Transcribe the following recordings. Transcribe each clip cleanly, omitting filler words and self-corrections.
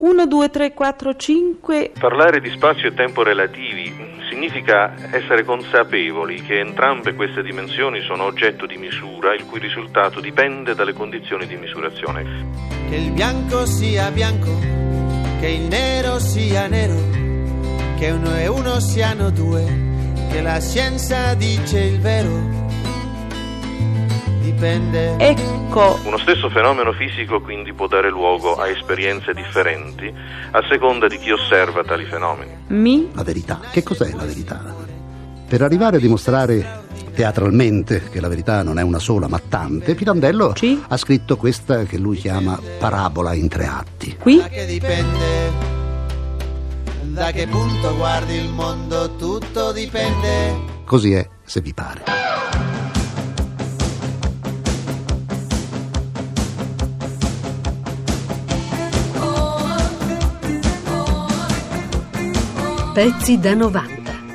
1, 2, 3, 4, 5. Parlare di spazio e tempo relativi significa essere consapevoli che entrambe queste dimensioni sono oggetto di misura, il cui risultato dipende dalle condizioni di misurazione. Che il bianco sia bianco, che il nero sia nero, che uno e uno siano due, che la scienza dice il vero. Dipende. Ecco. Uno stesso fenomeno fisico quindi può dare luogo a esperienze differenti a seconda di chi osserva tali fenomeni. La verità. Che cos'è la verità? Per arrivare a dimostrare teatralmente che la verità non è una sola ma tante, Pirandello ha scritto questa che lui chiama parabola in 3 atti. Qui? Da che dipende, da che punto guardi il mondo, tutto dipende. Così è, se vi pare. Pezzi da 90.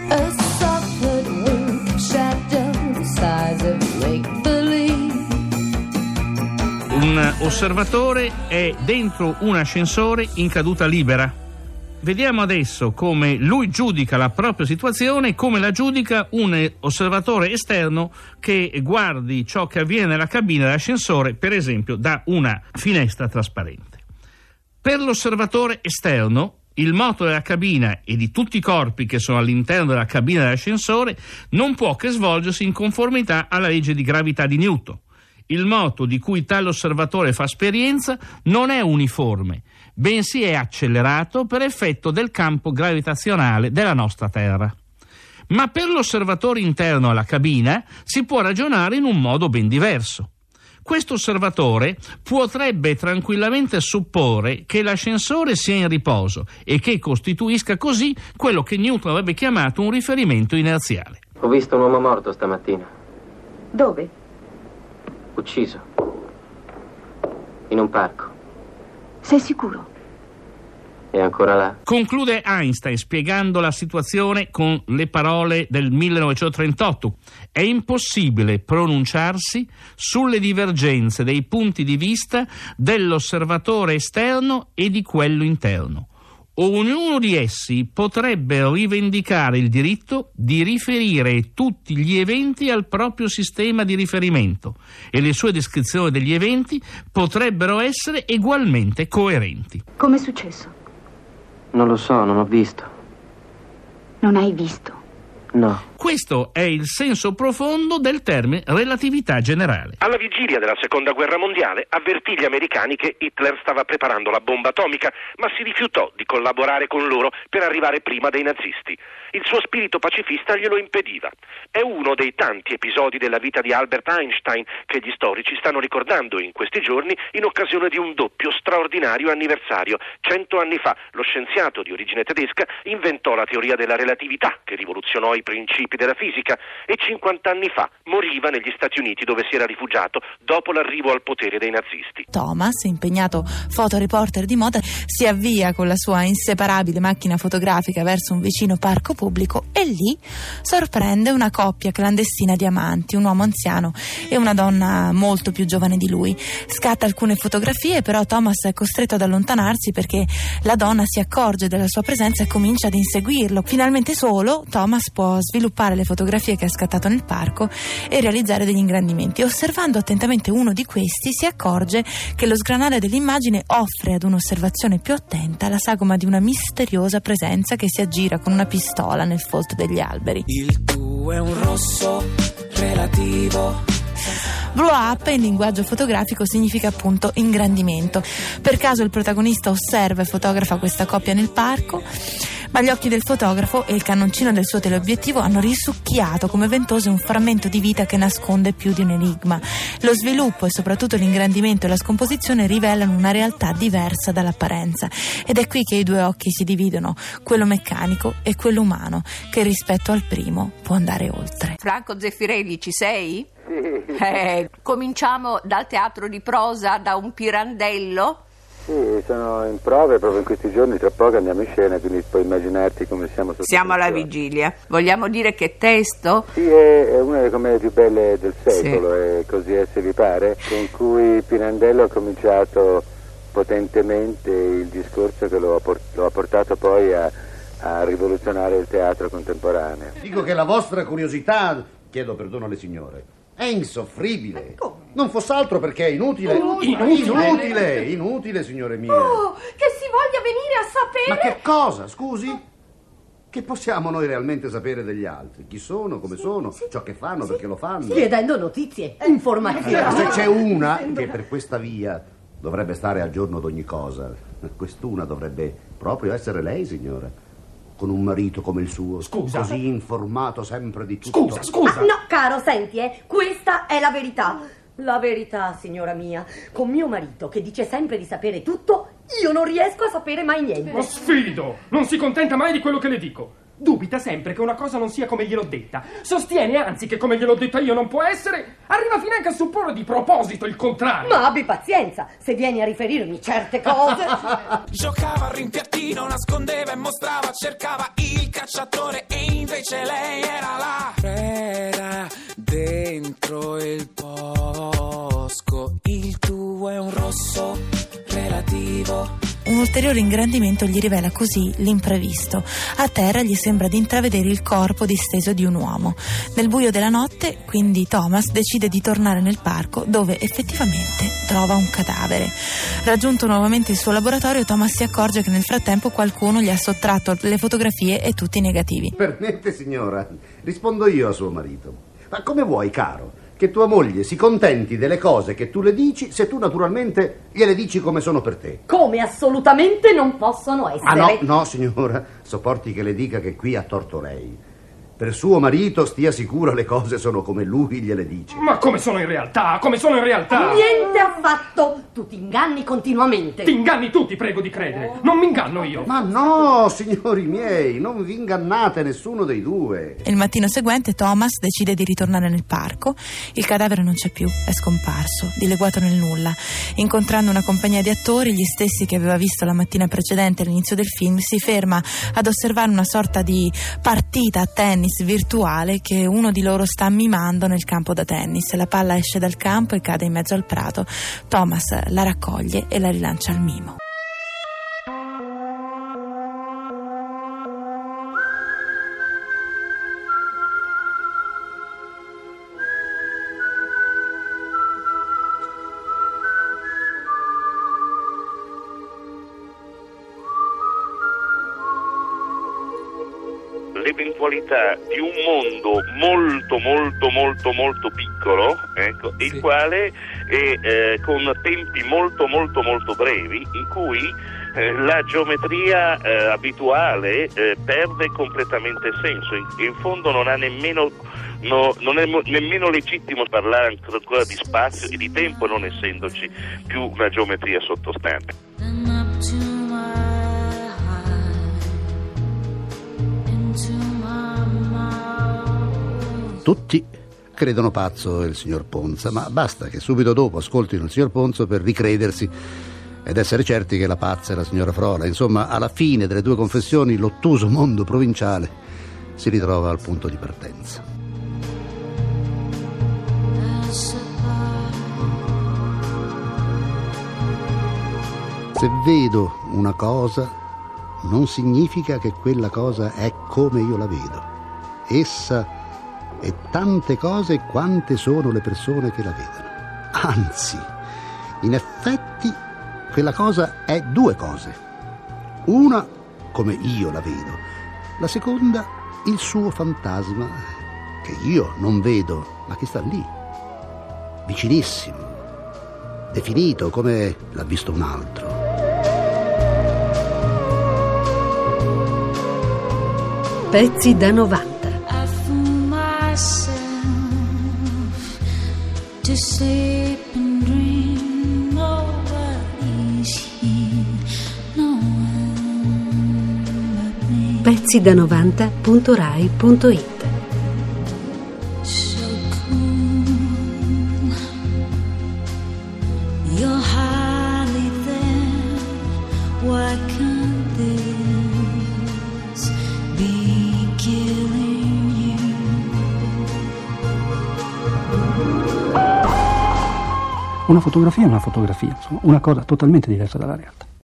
Un osservatore è dentro un ascensore in caduta libera. Vediamo adesso come lui giudica la propria situazione e come la giudica un osservatore esterno che guardi ciò che avviene nella cabina dell'ascensore, per esempio da una finestra trasparente. Per l'osservatore esterno, il moto della cabina e di tutti i corpi che sono all'interno della cabina dell'ascensore non può che svolgersi in conformità alla legge di gravità di Newton. Il moto di cui tale osservatore fa esperienza non è uniforme, bensì è accelerato per effetto del campo gravitazionale della nostra Terra. Ma per l'osservatore interno alla cabina si può ragionare in un modo ben diverso. Questo osservatore potrebbe tranquillamente supporre che l'ascensore sia in riposo e che costituisca così quello che Newton avrebbe chiamato un riferimento inerziale. Ho visto un uomo morto stamattina. Dove? Ucciso. In un parco. Sei sicuro? È ancora là? Conclude Einstein spiegando la situazione con le parole del 1938. È impossibile pronunciarsi sulle divergenze dei punti di vista dell'osservatore esterno e di quello interno. Ognuno di essi potrebbe rivendicare il diritto di riferire tutti gli eventi al proprio sistema di riferimento e le sue descrizioni degli eventi potrebbero essere egualmente coerenti. Come è successo? Non lo so, non ho visto. Non hai visto? No. Questo è il senso profondo del termine relatività generale. Alla vigilia della Seconda Guerra Mondiale avvertì gli americani che Hitler stava preparando la bomba atomica, ma si rifiutò di collaborare con loro per arrivare prima dei nazisti. Il suo spirito pacifista glielo impediva. È uno dei tanti episodi della vita di Albert Einstein che gli storici stanno ricordando in questi giorni in occasione di un doppio straordinario anniversario. 100 anni fa lo scienziato di origine tedesca inventò la teoria della relatività che rivoluzionò i principi della fisica e 50 anni fa moriva negli Stati Uniti dove si era rifugiato dopo l'arrivo al potere dei nazisti. Thomas, impegnato fotoreporter di moda, si avvia con la sua inseparabile macchina fotografica verso un vicino parco pubblico e lì sorprende una coppia clandestina di amanti, un uomo anziano e una donna molto più giovane di lui. Scatta alcune fotografie, però Thomas è costretto ad allontanarsi perché la donna si accorge della sua presenza e comincia ad inseguirlo. Finalmente solo Thomas può sviluppare le fotografie che ha scattato nel parco e realizzare degli ingrandimenti. Osservando attentamente uno di questi si accorge che lo sgranare dell'immagine offre ad un'osservazione più attenta la sagoma di una misteriosa presenza che si aggira con una pistola nel folto degli alberi. Il tuo è un rosso relativo. Blow up in linguaggio fotografico significa appunto ingrandimento. Per caso il protagonista osserva e fotografa questa coppia nel parco, ma gli occhi del fotografo e il cannoncino del suo teleobiettivo hanno risucchiato come ventose un frammento di vita che nasconde più di un enigma. Lo sviluppo e soprattutto l'ingrandimento e la scomposizione rivelano una realtà diversa dall'apparenza ed è qui che i due occhi si dividono, quello meccanico e quello umano, che rispetto al primo può andare oltre. Franco Zeffirelli, ci sei? Sì. Cominciamo dal teatro di prosa, da un Pirandello. Sì, sono in prove proprio in questi giorni, tra poco andiamo in scena, quindi puoi immaginarti come siamo sotto. Siamo alla vigilia. Vogliamo dire che testo? Sì, è una delle commedie più belle del secolo, sì. E così è, se vi pare, con cui Pirandello ha cominciato potentemente il discorso che lo ha portato poi a rivoluzionare il teatro contemporaneo. Dico che la vostra curiosità, chiedo perdono alle signore, è insoffribile. Non fosse altro perché è inutile. Inutile, signore mie. Oh, che si voglia venire a sapere. Ma che cosa, scusi? Che possiamo noi realmente sapere degli altri? Chi sono, come sono, ciò che fanno, perché lo fanno? Chiedendo notizie, informazioni. Se c'è una che per questa via dovrebbe stare al giorno d'ogni cosa, quest'una dovrebbe proprio essere lei, signora. Con un marito come il suo, scusa, così informato sempre di tutto. Scusa. No, caro, senti, questa è la verità. La verità, signora mia. Con mio marito, che dice sempre di sapere tutto, io non riesco a sapere mai niente. Lo sfido! Non si contenta mai di quello che le dico. Dubita sempre che una cosa non sia come gliel'ho detta. Sostiene anzi che come gliel'ho detta io non può essere. Arriva finanche a supporre di proposito il contrario. Ma abbi pazienza, se vieni a riferirmi certe cose. Giocava al rimpiattino, nascondeva e mostrava, cercava il cacciatore e invece lei era là. Freda dentro il bosco, il tuo è un rosso relativo. Un ulteriore ingrandimento gli rivela così l'imprevisto. A terra gli sembra di intravedere il corpo disteso di un uomo. Nel buio della notte, quindi, Thomas decide di tornare nel parco, dove effettivamente trova un cadavere. Raggiunto nuovamente il suo laboratorio, Thomas si accorge che nel frattempo qualcuno gli ha sottratto le fotografie e tutti i negativi. Permette, signora, rispondo io a suo marito. Ma come vuoi, caro, che tua moglie si contenti delle cose che tu le dici, se tu naturalmente gliele dici come sono per te? Come assolutamente non possono essere. Ah no, signora, sopporti che le dica che qui ha torto lei. Per suo marito stia sicuro le cose sono come lui gliele dice. Ma come sono in realtà? Niente affatto. Tu ti inganni continuamente. Ti inganni tu, ti prego di credere. Non mi inganno io. Ma no, signori miei, non vi ingannate nessuno dei due. Il mattino seguente Thomas decide di ritornare nel parco. Il cadavere non c'è più, è scomparso, dileguato nel nulla. Incontrando una compagnia di attori, gli stessi che aveva visto la mattina precedente all'inizio del film, si ferma ad osservare una sorta di partita a tennis virtuale che uno di loro sta mimando nel campo da tennis. La palla esce dal campo e cade in mezzo al prato. Thomas la raccoglie e la rilancia al mimo. L'eventualità di un mondo molto piccolo, ecco, sì, il quale è con tempi molto brevi, in cui la geometria abituale perde completamente senso. In fondo non ha nemmeno non è nemmeno legittimo parlare ancora di spazio e di tempo, non essendoci più una geometria sottostante. Tutti credono pazzo il signor Ponza, ma basta che subito dopo ascoltino il signor Ponzo per ricredersi ed essere certi che la pazza è la signora Frola. Insomma, alla fine delle due confessioni l'ottuso mondo provinciale si ritrova al punto di partenza. Se vedo una cosa, non significa che quella cosa è come io la vedo. Essa è tante cose quante sono le persone che la vedono. Anzi, in effetti, quella cosa è due cose. Una, come io la vedo. La seconda, il suo fantasma, che io non vedo, ma che sta lì, vicinissimo, definito come l'ha visto un altro. Pezzi da 90. Pezzi da 90.rai.it. Una fotografia è una fotografia, insomma, una cosa totalmente diversa dalla realtà.